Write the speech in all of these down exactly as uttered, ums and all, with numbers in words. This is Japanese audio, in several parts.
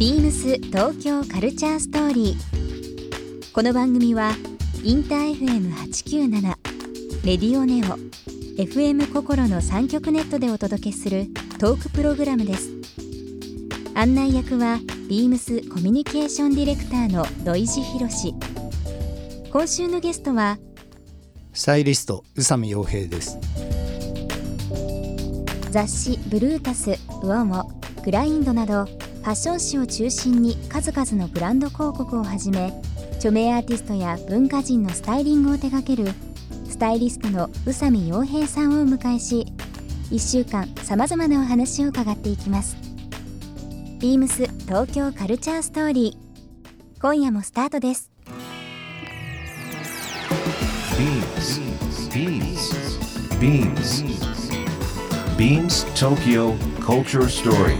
ビームス東京カルチャーストーリー。この番組はインター エフエムはちきゅうなな、レディオネオ、エフエム 心のさん局ネットでお届けするトークプログラムです。案内役はビームスコミュニケーションディレクターの土井博志。今週のゲストはスタイリスト宇佐美洋平です。 雑誌ブルータス、ウォモ、グラインドなどファッション誌を中心に数々のブランド広告をはじめ、著名アーティストや文化人のスタイリングを手掛けるスタイリストの宇佐美洋平さんをお迎えし、いっしゅうかんさまざまなお話を伺っていきます。ビームス東京カルチャーストーリー、今夜もスタートです。 ビームス ビームス ビームス ビームス Tokyo Culture Story。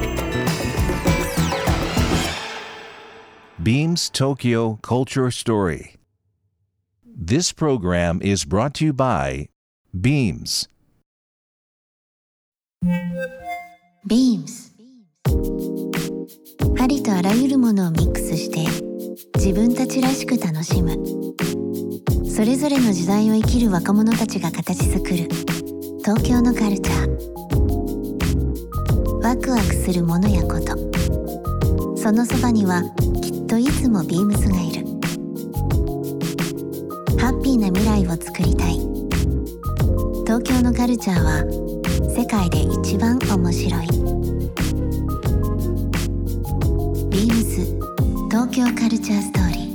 Beams Tokyo Culture Story. This program is brought to you by Beams. Beams。 ありとあらゆるものをミックスして自分たちらしく楽しむ、それぞれの時代を生きる若者たちが形作る東京のカルチャー。ワクワクするものやこと、そのそばにはきっといつもビームスがいる。ハッピーな未来を作りたい。東京のカルチャーは世界で一番面白い。ビームス東京カルチャーストーリー。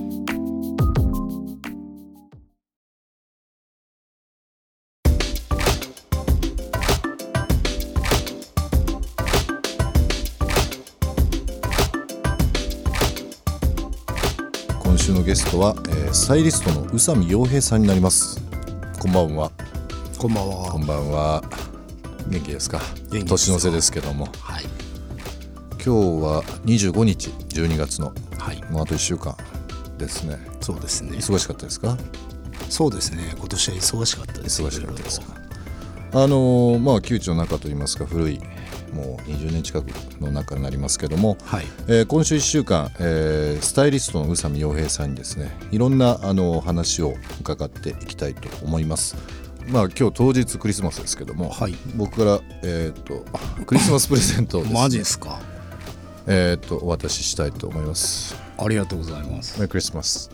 今週のゲストは、えー、スタイリストの宇佐美洋平さんになります。こんばんは。 こんばんは。 こんばんは。元気ですか？ 元気です。 年の瀬ですけども、 はい、 今日はにじゅうごにちじゅうにがつの、 はい、 もうあといっしゅうかんですね。 そうですね。 忙しかったですか？ そうですね、今年は忙しかったです。 忙しかったですか？あのー、まあ旧知の中といいますか、古いもうにじゅうねん近くの中になりますけども、はい、えー、今週いっしゅうかん、えー、スタイリストの宇佐美洋平さんにですね、いろんなあの話を伺っていきたいと思います。まあ今日当日クリスマスですけども、はい、僕から、えー、とクリスマスプレゼントをですねマジですか？ えー、とお渡ししたいと思います。 ありがとうございます。 メリークリスマス。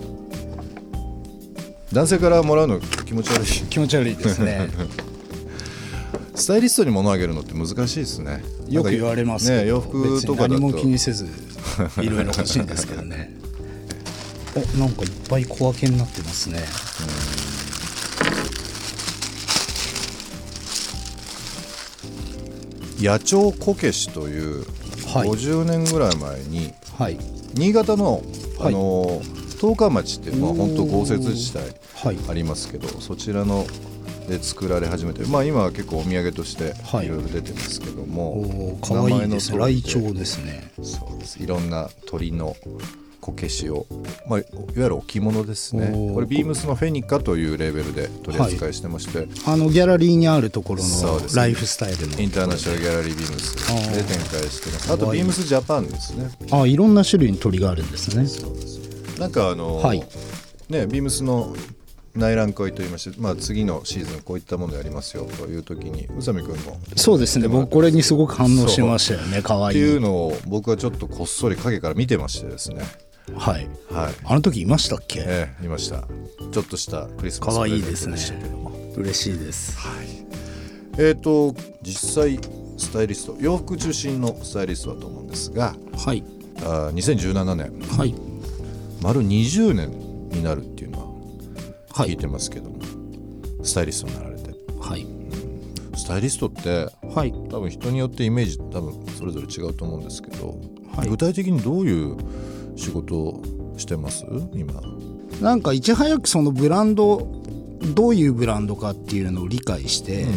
男性からもらうの気持ち悪い気持ち悪いですねスタイリストに物あげるのって難しいですね。 よく言われますけど、 ね、洋服とかだと何も気にせずいろいろ欲しいんですけどねお、なんかいっぱい小分けになってますね。 野鳥こけしという、はい、ごじゅうねんぐらい前に、はい、新潟の、あのー、十日町っていう、まあ、本当豪雪地帯ありますけど、そちらので作られ始めて、まあ、今は結構お土産としていろいろ出てますけども、 かわいいですね。ライチョウですね。 そうです。いろんな鳥のこけしを、まあ、いわゆる置物ですね。これビームスのフェニカというレーベルで取り扱いしてまして、はい、 あのギャラリーにあるところのライフスタイルのインターナショナルギャラリービームスで展開してます。あとビームスジャパンですね。 あ、いろんな種類の鳥があるんですね。 そうです。なんかあの、はい、ね、ビームスの内覧会といいまして、まあ、次のシーズンこういったものやりますよという時に宇佐美君もそうですね、僕これにすごく反応しましたよね。かわいいっていうのを僕はちょっとこっそり影から見てましてですね。 はい、はい、あの時いましたっけ？ ええ、いました。ちょっとしたクリスマスプレゼントでしたけども、 かわいいですね。嬉しいです、はい。 えーと実際スタイリスト、洋服中心のスタイリストだと思うんですが、はい、あにせんじゅうななねん、はい、丸にじゅうねんになるっていうのは聞いてますけども、はい、スタイリストになられて、はい、スタイリストって、はい、多分人によってイメージ多分それぞれ違うと思うんですけど、はい、具体的にどういう仕事をしてます今？ なんかいち早くそのブランド、どういうブランドかっていうのを理解して、うん、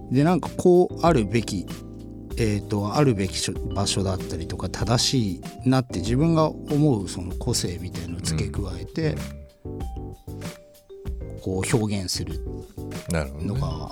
でなんかこうあるべき、えーと、あるべき場所だったりとか正しいなって自分が思うその個性みたいなのを付け加えて、うん、こう表現するのが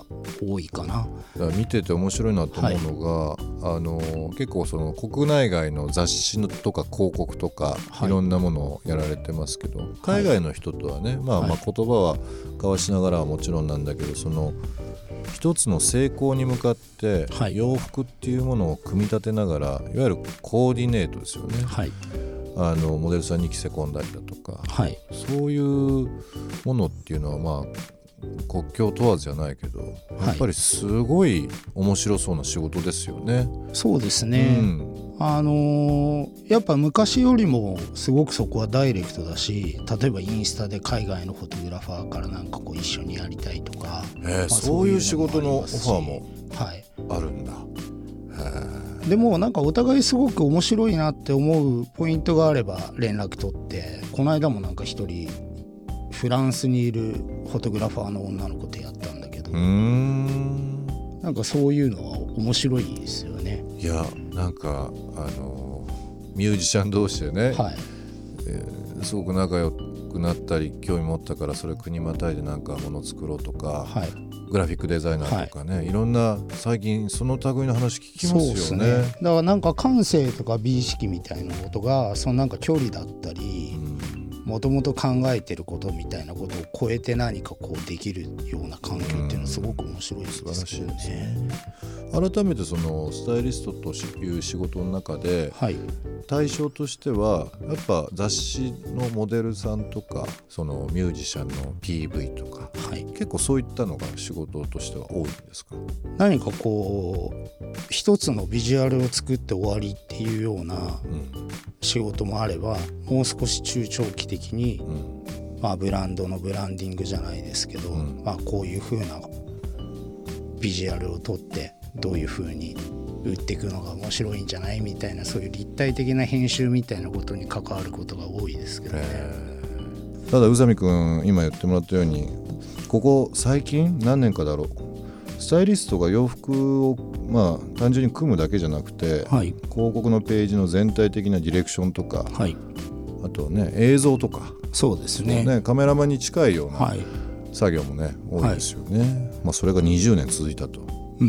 多いかな。 だから見てて面白いなと思うのが、はい、あの結構その国内外の雑誌のとか広告とか、はい、いろんなものをやられてますけど、海外の人とはね、はい、まあまあ言葉は交わしながらはもちろんなんだけど、その一つの成功に向かって洋服っていうものを組み立てながら、いわゆるコーディネートですよね、はい、あのモデルさんに着せ込んだりだとか、はい、そういうものっていうのはまあ国境問わずじゃないけど、やっぱりすごい面白そうな仕事ですよね。 そうですね、うん、あのー、やっぱ昔よりもすごくそこはダイレクトだし、例えばインスタで海外のフォトグラファーからなんかこう一緒にやりたいとか、 えーまあ、そういう仕事のオファーもあるんだ、 はい、でもなんかお互いすごく面白いなって思うポイントがあれば連絡取って、この間もなんか一人フランスにいるフォトグラファーの女の子とやったんだけど、うーん、なんかそういうのは面白いですよね。 いや、なんかあのミュージシャン同士でね、はい、えー、すごく仲良くなったり興味持ったからそれ国またいでなんかもの作ろうとか、はい、グラフィックデザイナーとかね、はい、いろんな最近その類の話聞きますよね。そうですね。 だからなんか感性とか美意識みたいなことがそのなんか距離だったり、もともと考えてることみたいなことを超えて何かこうできるような環境っていうのはすごく面白いですね。素晴らしいですね。 改めてそのスタイリストという仕事の中で、はい、対象としてはやっぱ雑誌のモデルさんとかそのミュージシャンの ピーブイ とか、はい、結構そういったのが仕事としては多いんですか？ 何かこう一つのビジュアルを作って終わりっていうような仕事もあれば、もう少し中長期的に、うん、まあ、ブランドのブランディングじゃないですけど、うん、まあ、こういう風なビジュアルを撮ってどういう風に売っていくのが面白いんじゃないみたいな、そういう立体的な編集みたいなことに関わることが多いですけどね。 ただ宇佐美くん今言ってもらったように、ここ最近何年かだろう、スタイリストが洋服をまあ単純に組むだけじゃなくて、はい、広告のページの全体的なディレクションとか、はい、あとね映像とか、 そうですね、 ね、カメラマンに近いような作業もね、はい、多いですよね、はい、まあ、それがにじゅうねん続いたと、うんうんうん、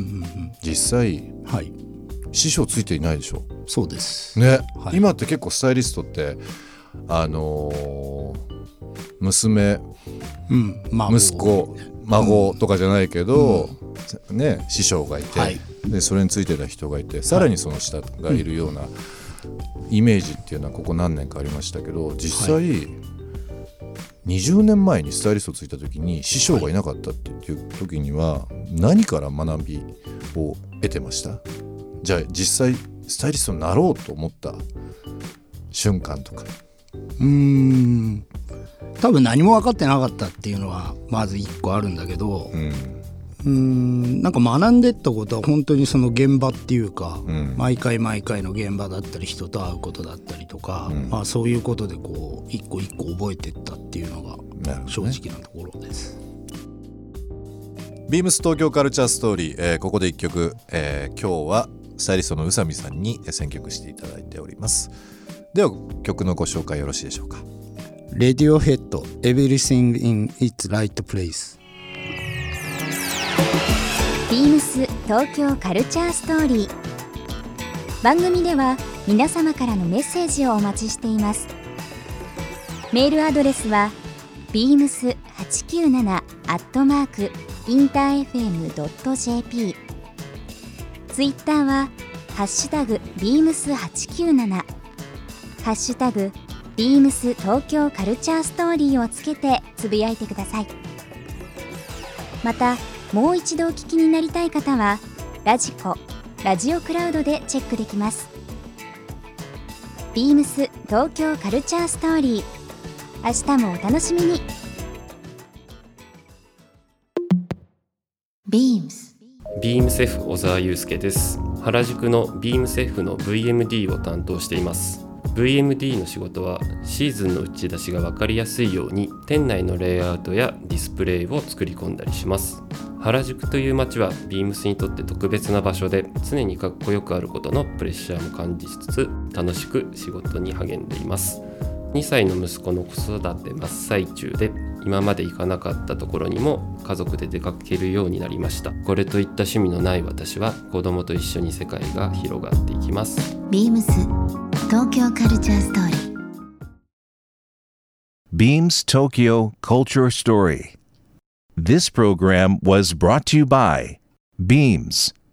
実際、はい、師匠ついていないでしょ。 そうですね、はい、今って結構スタイリストってあのー、娘、うん、孫息子孫とかじゃないけど、うんね、師匠がいて、はい、でそれについてた人がいて、さらにその下がいるようなイメージっていうのはここ何年かありましたけど、実際、はい、にじゅうねんまえにスタイリストついた時に師匠がいなかったっていう時には何から学びを得てました？じゃあ実際スタイリストになろうと思った瞬間とか。 うーん、多分何も分かってなかったっていうのはまず一個あるんだけど、うん、うーんなんか学んでったことは本当にその現場っていうか、うん、毎回毎回の現場だったり人と会うことだったりとか、うん、まあ、そういうことでこう一個一個覚えてったっていうのが正直なところです。 ビームス東京カルチャーストーリー、えー、ここで一曲、えー、今日はスタイリストの宇佐美さんに選曲していただいております。では曲のご紹介よろしいでしょうか。 レディオヘッド Everything in its right place。 ビームス東京カルチャーストーリー。番組では皆様からのメッセージをお待ちしています。メールアドレスは ビームスはちきゅうなな アットマーク インターエフエムドットジェーピー。 ツイッターはハッシュタグ ビームスはちきゅうなな、ハッシュタグビームス東京カルチャーストーリーをつけてつぶやいてください。またもう一度お聞きになりたい方はラジコ、ラジオクラウドでチェックできます。ビームス東京カルチャーストーリー、明日もお楽しみに。 ビームスビームス F 小沢祐介です。原宿の ビームス F の ブイエムディー を担当しています。ブイエムディー の仕事はシーズンの打ち出しが分かりやすいように店内のレイアウトやディスプレイを作り込んだりします。原宿という街はビームスにとって特別な場所で、常にかっこよくあることのプレッシャーも感じつつ楽しく仕事に励んでいます。にさいの息子の子育て真っ最中で、 今まで行かなかったところにも家族で出かけるようになりました。これといった趣味のない私は子供と一緒に世界が広がっていきます。 ビームス東京カルチャーストーリー Beams Tokyo Culture Story. This program was brought to you by Beams.